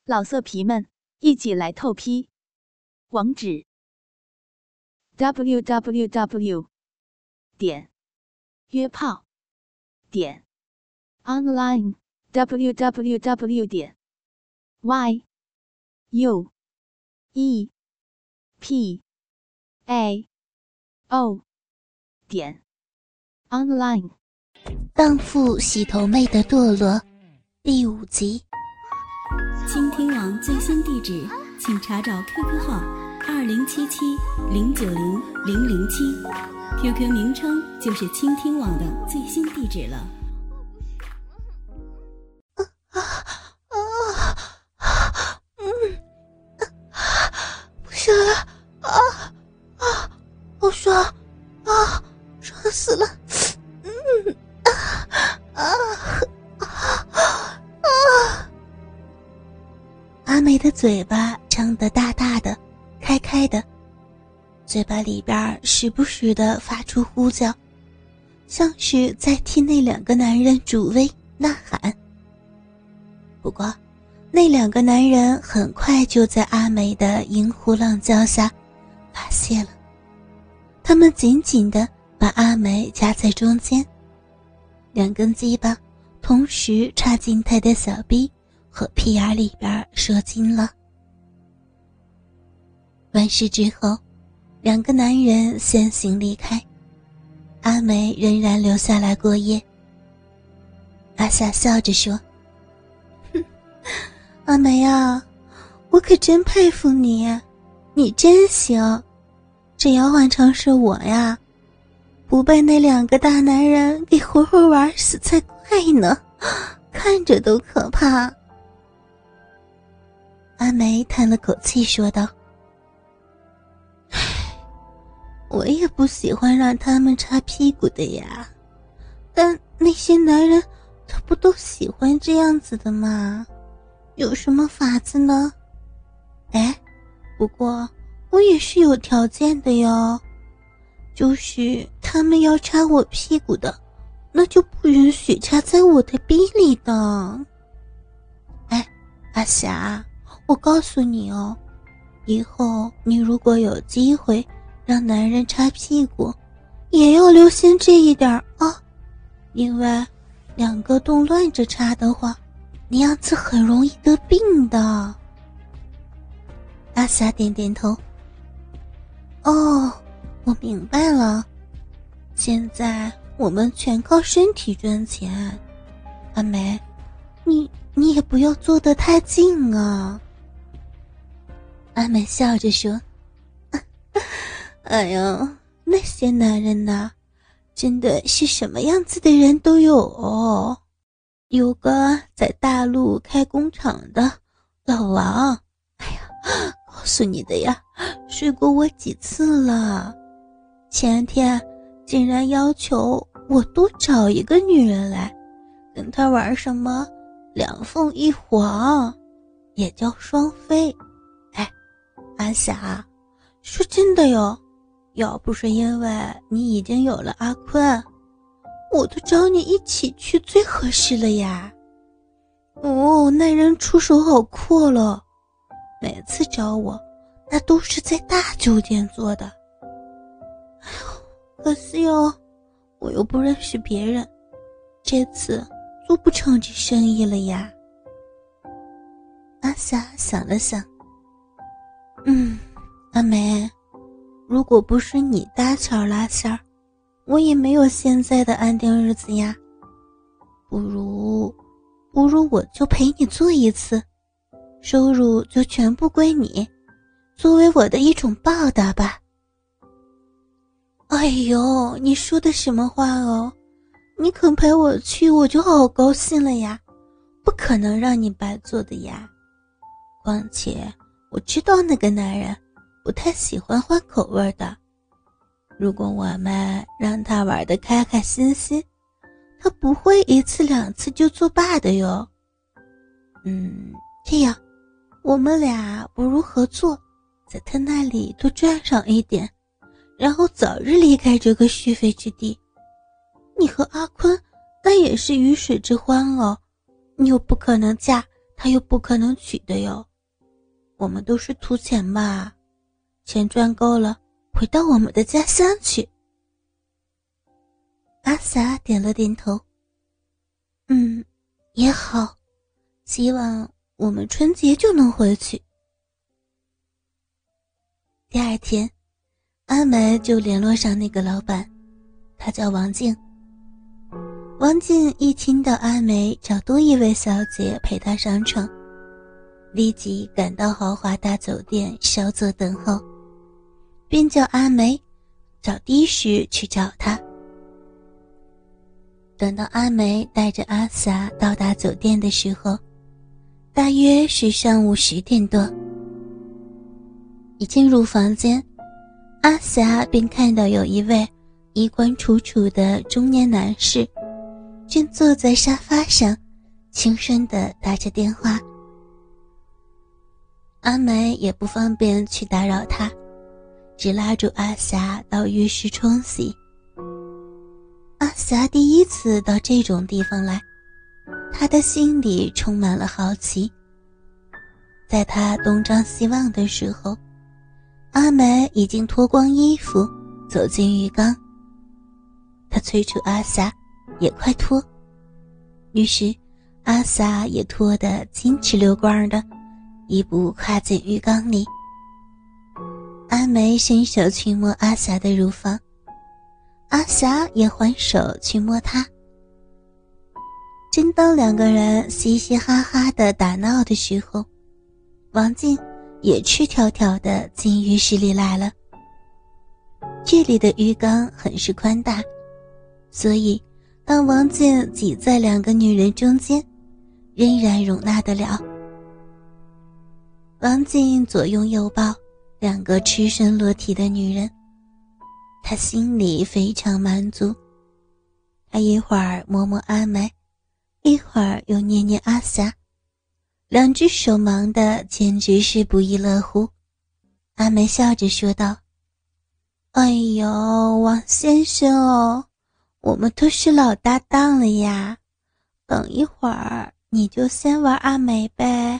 老色皮们，一起来透批！网址 www.约炮online www.yuepao.online。 荡妇洗头妹的堕落第5集。 倾听网最新地址，请查找 QQ 号2077-090-007 ，QQ 名称就是倾听网的最新地址了。 不行了，好爽爽死了！阿梅的嘴巴张得大大的，开开的，嘴巴里边时不时地发出呼叫，像是在替那2个男人助威呐喊。不过那2个男人很快就在阿梅的银呼浪叫下发泄了，他们紧紧地把阿梅夹在中间，2根鸡巴同时插进她的小逼和屁眼里边射精了。完事之后，2个男人先行离开，阿梅仍然留下来过夜。阿夏笑着说：阿梅啊，我可真佩服你，你真行，这要换成是我呀，不被那2个大男人给活活玩死才怪呢，看着都可怕。阿梅叹了口气说道：我也不喜欢让他们擦屁股的呀，但那些男人他不都喜欢这样子的吗？有什么法子呢？不过我也是有条件的哟，就是他们要擦我屁股的，那就不允许插在我的逼里的。阿霞，我告诉你哦，以后你如果有机会让男人擦屁股，也要留心这一点啊，因为2个洞乱着插的话，那样子很容易得病的。阿霞点点头。哦，我明白了，现在我们全靠身体赚钱。阿梅，你也不要坐得太近啊。阿梅笑着说：哎呀，那些男人呐，真的是什么样子的人都有哦。有个在大陆开工厂的老王，告诉你的呀，睡过我几次了，前天竟然要求我多找一个女人来跟他玩什么2凤1凰，也叫双飞。阿霞，说真的哟，要不是因为你已经有了阿坤，我都找你一起去最合适了呀。那人出手好阔了，每次找我那都是在大酒店做的。可惜哦，我又不认识别人，这次做不成这生意了呀。阿霞想了想，阿梅，如果不是你搭桥拉线儿，我也没有现在的安定日子呀。不如我就陪你做一次，收入就全部归你，作为我的一种报答吧。哎呦，你说的什么话哦？你肯陪我去，我就好高兴了呀，不可能让你白做的呀。况且我知道那个男人不太喜欢换口味的，如果我们让他玩得开开心心，他不会1次2次就作罢的哟。这样我们俩不如合作，在他那里多赚上一点，然后早日离开这个续费之地。你和阿坤那也是鱼水之欢哦，你又不可能嫁他他又不可能娶的哟。我们都是图钱嘛，钱赚够了，回到我们的家乡去。阿萨点了点头。也好，希望我们春节就能回去。第二天，阿梅就联络上那个老板，他叫王静。王静一听到阿梅找多一位小姐陪她上床，立即赶到豪华大酒店稍作等候，便叫阿梅找的士去找她。等到阿梅带着阿萨到达酒店的时候，大约是上午10点多。一进入房间，阿萨便看到有一位衣冠楚楚的中年男士正坐在沙发上轻声地打着电话。阿梅也不方便去打扰他，只拉住阿萨到浴室冲洗。阿萨第一次到这种地方来，他的心里充满了好奇。在他东张西望的时候，阿梅已经脱光衣服走进浴缸。他催促阿萨也快脱，于是阿萨也脱得金翅溜光的，一步跨进浴缸里。阿梅伸手去摸阿萨的乳房，阿萨也还手去摸她。正当两个人嘻嘻哈哈地打闹的时候，王静也赤条条地进浴室里来了。这里的浴缸很是宽大，所以当王静挤在两个女人中间，仍然容纳得了。王静左拥右抱两个赤身裸体的女人，她心里非常满足。她一会儿摸摸阿梅，一会儿又捏捏阿萨，两只手忙得简直是不亦乐乎。阿梅笑着说道：哎呦，王先生哦，我们都是老搭档了呀，等一会儿你就先玩阿梅呗。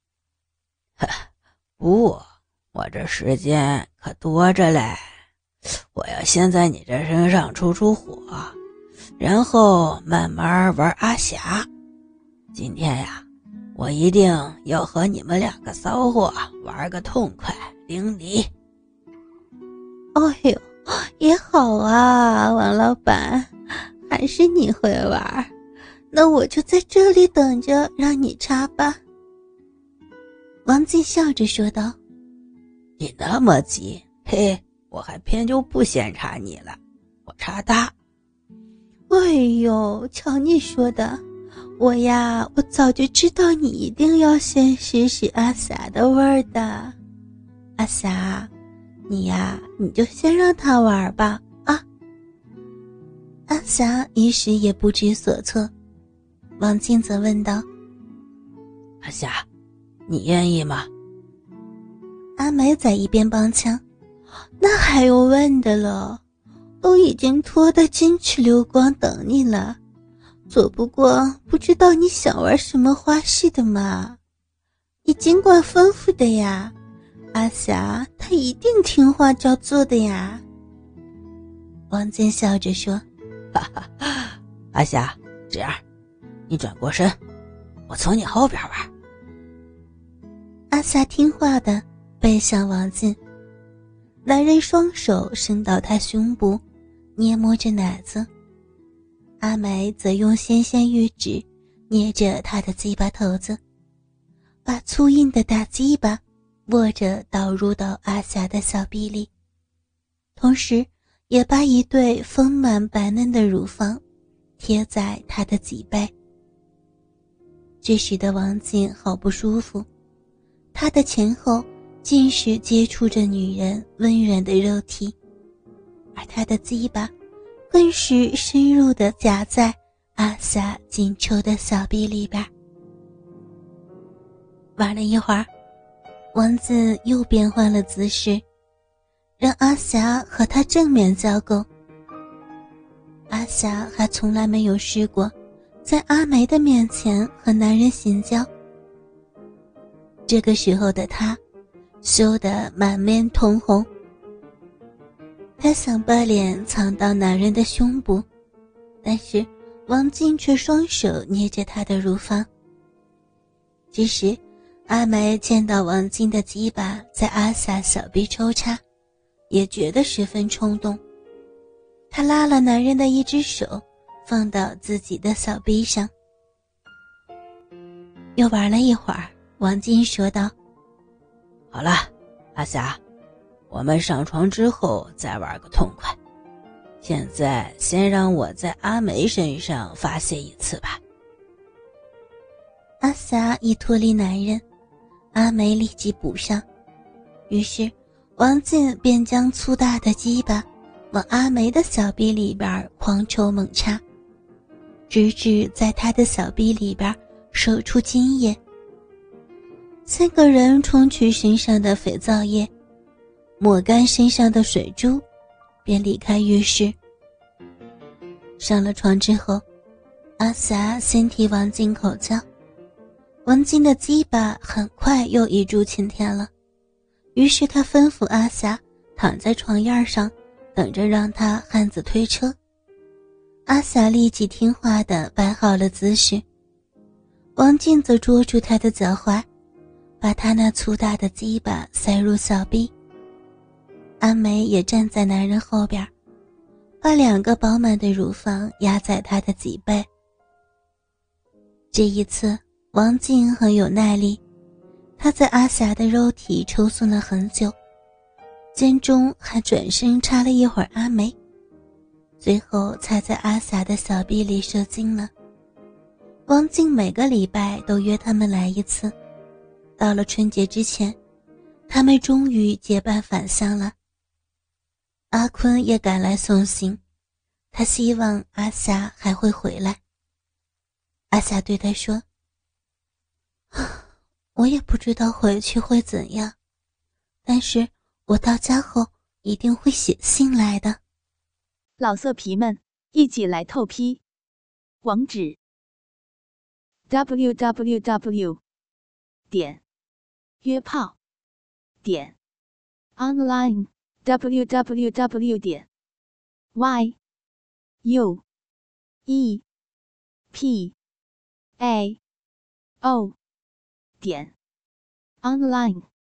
不，我这时间可多着嘞，我要先在你这身上出出火，然后慢慢玩阿霞。今天呀，我一定要和你们两个骚货玩个痛快淋漓。 哎呦，也好啊，王老板，还是你会玩，那我就在这里等着让你插吧。王静笑着说道： 你那么急，嘿，我还偏就不先插你了，我插他。 哎呦，瞧你说的，我早就知道你一定要先试试阿萨的味儿的。阿萨，你就先让他玩吧啊。阿萨一时也不知所措。王静则问道： 阿霞，你愿意吗？ 阿梅在一边帮腔：那还用问的了，都已经脱得金翅流光等你了，只不过不知道你想玩什么花式的嘛。你尽管吩咐的呀，阿霞她一定听话照做的呀。王静笑着说： 哈哈，阿霞，这样，你转过身，我从你后边玩。 阿霞听话的背向王静，男人双手伸到她胸部，捏摸着奶子。阿梅则用纤纤玉指捏着她的鸡巴头子，把粗硬的大鸡巴握着导入到阿霞的小臂里，同时也把一对丰满白嫩的乳房贴在她的脊背。这时的王静好不舒服，她的前后尽是接触着女人温软的肉体，而她的鸡巴更是深入地夹在阿萨紧凑的小臂里边。玩了一会儿，王子又变换了姿势，让阿霞和他正面交媾。阿霞还从来没有试过在阿梅的面前和男人性交， 这个时候的他羞得满面通红，他想把脸藏到男人的胸部，但是王静却双手捏着他的乳房。这时阿梅见到王静的鸡巴在阿萨小臂抽插，也觉得十分冲动。她拉了男人的一只手放到自己的小臂上。又玩了一会儿，王静说道： 好了，阿霞，我们上床之后再玩个痛快。现在先让我在阿梅身上发泄一次吧。 阿霞一脱离男人，阿梅立即补上，于是王静便将粗大的鸡巴往阿梅的小臂里边狂抽猛插，直至在她的小臂里边射出精液。三个人冲去身上的肥皂液，抹干身上的水珠，便离开浴室。上了床之后，阿霞先替王静口交，王静的鸡巴很快又一柱擎天了，于是他吩咐阿霞躺在床沿上，等着让他汉子推车。阿霞立即听话地摆好了姿势，王静则捉住他的脚踝，把他那粗大的鸡巴塞入小臂。阿梅也站在男人后边，把2个饱满的乳房压在他的脊背。这一次王静很有耐力，她在阿霞的肉体抽送了很久，间中还转身插了一会儿阿梅，最后才在阿霞的小臂里射精了。王静每个礼拜都约他们来一次，到了春节之前，他们终于结伴返乡了。阿坤也赶来送行，他希望阿霞还会回来。阿霞对他说：我也不知道回去会怎样，但是我到家后一定会写信来的。 老色皮们，一起来透批！网址 www.约炮.online www.yuepao.online